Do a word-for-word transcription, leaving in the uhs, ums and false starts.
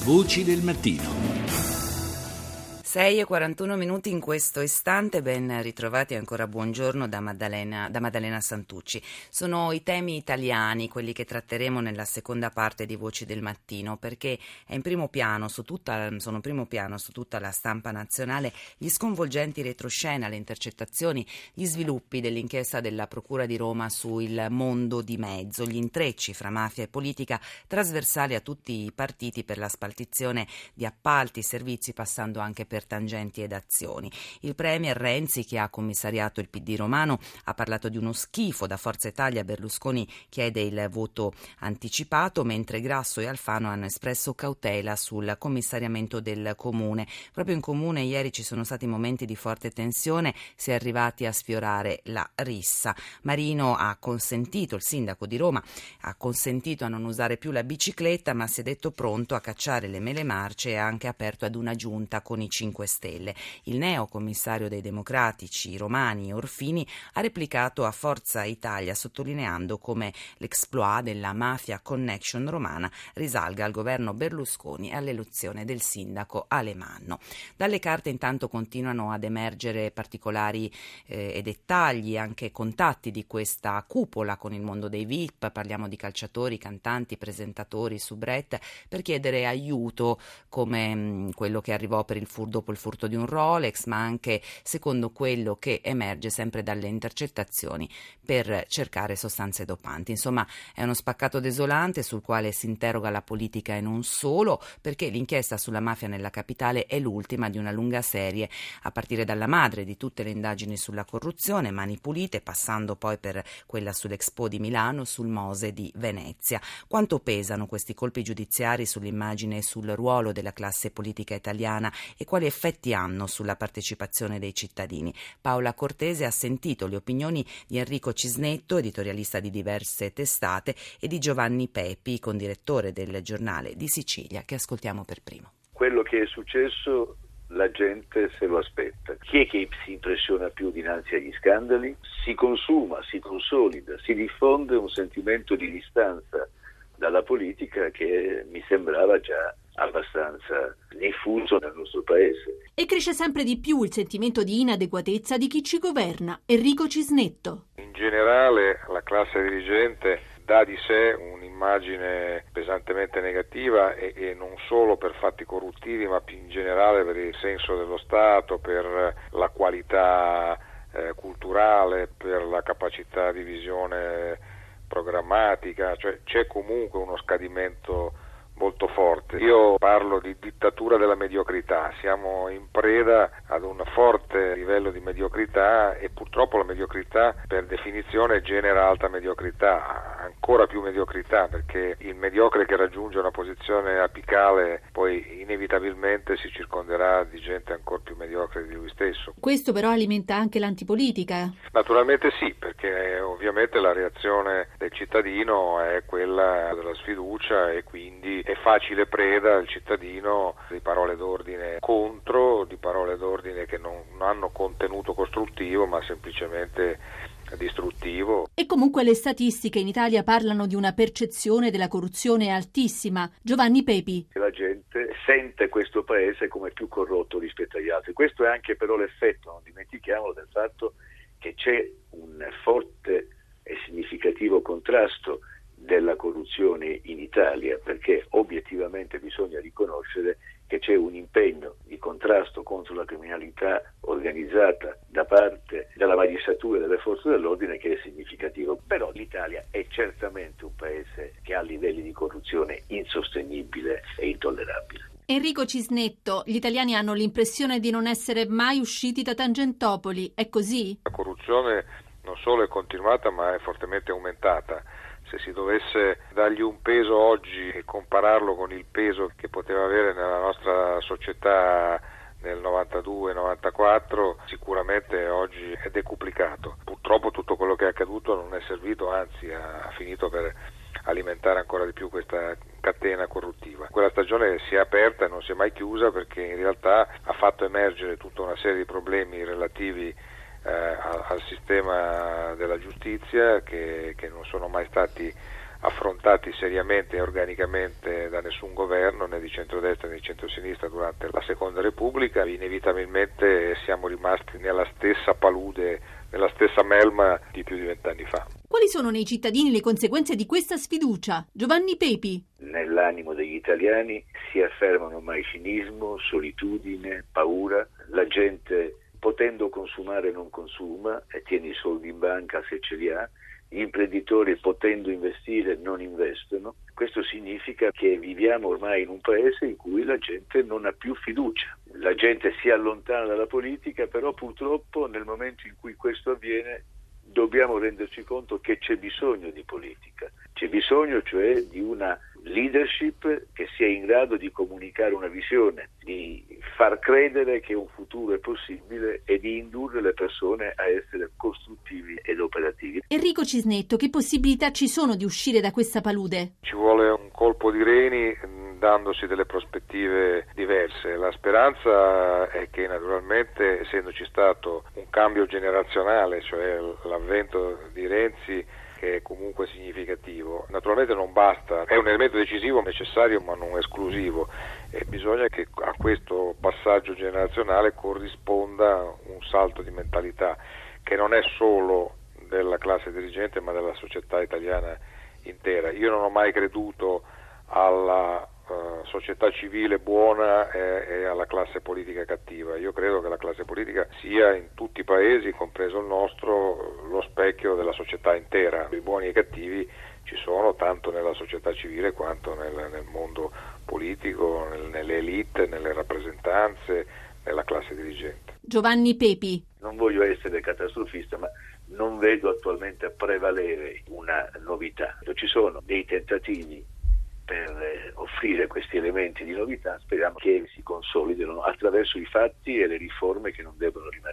Voci del mattino. sei e quarantuno minuti in questo istante, ben ritrovati e ancora buongiorno da Maddalena, da Maddalena Santucci. Sono i temi italiani, quelli che tratteremo nella seconda parte di Voci del Mattino, perché è in primo piano, su tutta, sono in primo piano su tutta la stampa nazionale gli sconvolgenti retroscena, le intercettazioni, gli sviluppi dell'inchiesta della Procura di Roma sul mondo di mezzo, gli intrecci fra mafia e politica trasversali a tutti i partiti per la spartizione di appalti, servizi, passando anche per tangenti ed azioni. Il premier Renzi, che ha commissariato il P D romano, ha parlato di uno schifo. Da Forza Italia Berlusconi chiede il voto anticipato, mentre Grasso e Alfano hanno espresso cautela sul commissariamento del comune. Proprio in comune ieri ci sono stati momenti di forte tensione, si è arrivati a sfiorare la rissa. Marino ha consentito, il sindaco di Roma ha consentito a non usare più la bicicletta, ma si è detto pronto a cacciare le mele marce e ha anche aperto ad una giunta con i cinque Stelle. Il neo commissario dei democratici Romani Orfini ha replicato a Forza Italia, sottolineando come l'exploit della mafia connection romana risalga al governo Berlusconi e all'elezione del sindaco Alemanno. Dalle carte intanto continuano ad emergere particolari eh, e dettagli, anche contatti di questa cupola con il mondo dei V I P. Parliamo di calciatori, cantanti, presentatori, soubrette, per chiedere aiuto, come mh, quello che arrivò per il furto dopo il furto di un Rolex, ma anche secondo quello che emerge sempre dalle intercettazioni per cercare sostanze dopanti. Insomma, è uno spaccato desolante sul quale si interroga la politica e non solo, perché l'inchiesta sulla mafia nella capitale è l'ultima di una lunga serie, a partire dalla madre di tutte le indagini sulla corruzione, Mani Pulite, passando poi per quella sull'Expo di Milano, sul Mose di Venezia. Quanto pesano questi colpi giudiziari sull'immagine e sul ruolo della classe politica italiana e quali effetti hanno sulla partecipazione dei cittadini? Paola Cortese ha sentito le opinioni di Enrico Cisnetto, editorialista di diverse testate, e di Giovanni Pepi, condirettore del Giornale di Sicilia, che ascoltiamo per primo. Quello che è successo la gente se lo aspetta. Chi è che si impressiona più dinanzi agli scandali? Si consuma, si consolida, si diffonde un sentimento di distanza dalla politica che mi sembrava già abbastanza diffuso nel nostro paese. E cresce sempre di più il sentimento di inadeguatezza di chi ci governa. Enrico Cisnetto. In generale la classe dirigente dà di sé un'immagine pesantemente negativa e, e non solo per fatti corruttivi, ma più in generale per il senso dello Stato, per la qualità eh, culturale, per la capacità di visione programmatica, cioè c'è comunque uno scadimento molto forte. Io parlo di dittatura della mediocrità, siamo in preda ad un forte livello di mediocrità e purtroppo la mediocrità per definizione genera alta mediocrità, ancora più mediocrità, perché il mediocre che raggiunge una posizione apicale poi inevitabilmente si circonderà di gente ancora più mediocre di lui stesso. Questo però alimenta anche l'antipolitica. Naturalmente sì, perché ovviamente la reazione del cittadino è quella della sfiducia e quindi è facile preda al cittadino di parole d'ordine contro, di parole d'ordine che non, non hanno contenuto costruttivo ma semplicemente distruttivo. E comunque le statistiche in Italia parlano di una percezione della corruzione altissima. Giovanni Pepi. La gente sente questo paese come più corrotto rispetto agli altri. Questo è anche però l'effetto, non dimentichiamolo, del fatto che c'è un forte e significativo contrasto della corruzione in Italia, perché obiettivamente bisogna riconoscere che c'è un impegno di contrasto contro la criminalità organizzata da parte della magistratura e delle forze dell'ordine che è significativo. Però l'Italia è certamente un paese che ha livelli di corruzione insostenibile e intollerabile. Enrico Cisnetto, gli italiani hanno l'impressione di non essere mai usciti da Tangentopoli, è così? La corruzione non solo è continuata ma è fortemente aumentata. Se si dovesse dargli un peso oggi e compararlo con il peso che poteva avere nella nostra società nel novantadue novantaquattro, sicuramente oggi è decuplicato. Purtroppo tutto quello che è accaduto non è servito, anzi ha finito per alimentare ancora di più questa catena corruttiva. Quella stagione si è aperta e non si è mai chiusa, perché in realtà ha fatto emergere tutta una serie di problemi relativi eh, al, al sistema della giustizia che, che non sono mai stati affrontati seriamente e organicamente da nessun governo, né di centrodestra né di centrosinistra durante la Seconda Repubblica. Inevitabilmente siamo rimasti nella stessa palude, nella stessa melma di più di vent'anni fa. Quali sono nei cittadini le conseguenze di questa sfiducia? Giovanni Pepi. Nell'animo degli italiani si affermano ormai cinismo, solitudine, paura. La gente, potendo consumare, non consuma e tiene i soldi in banca se ce li ha. Gli imprenditori, potendo investire, non investono. Questo significa che viviamo ormai in un paese in cui la gente non ha più fiducia. La gente si allontana dalla politica, però purtroppo nel momento in cui questo avviene dobbiamo renderci conto che c'è bisogno di politica. C'è bisogno cioè di una leadership che sia in grado di comunicare una visione, di far credere che un futuro è possibile e di indurre le persone a essere costruttivi ed operativi. Enrico Cisnetto, che possibilità ci sono di uscire da questa palude? Ci vuole un colpo di reni dandosi delle prospettive diverse. La speranza è che naturalmente, essendoci stato un cambio generazionale, cioè l'avvento di Renzi, che è comunque significativo, naturalmente non basta, è un elemento decisivo, necessario ma non esclusivo, e bisogna che a questo passaggio generazionale corrisponda un salto di mentalità che non è solo della classe dirigente ma della società italiana intera. Io non ho mai creduto alla Uh, società civile buona e, e alla classe politica cattiva. Io credo che la classe politica sia in tutti i paesi, compreso il nostro, lo specchio della società intera. I buoni e i cattivi ci sono tanto nella società civile quanto nel, nel mondo politico, nel, nelle elite, nelle rappresentanze, nella classe dirigente. Giovanni Pepi. Non voglio essere catastrofista, ma non vedo attualmente prevalere una novità. Ci sono dei tentativi per offrire questi elementi di novità, speriamo che si consolidino attraverso i fatti e le riforme che non devono rimanere.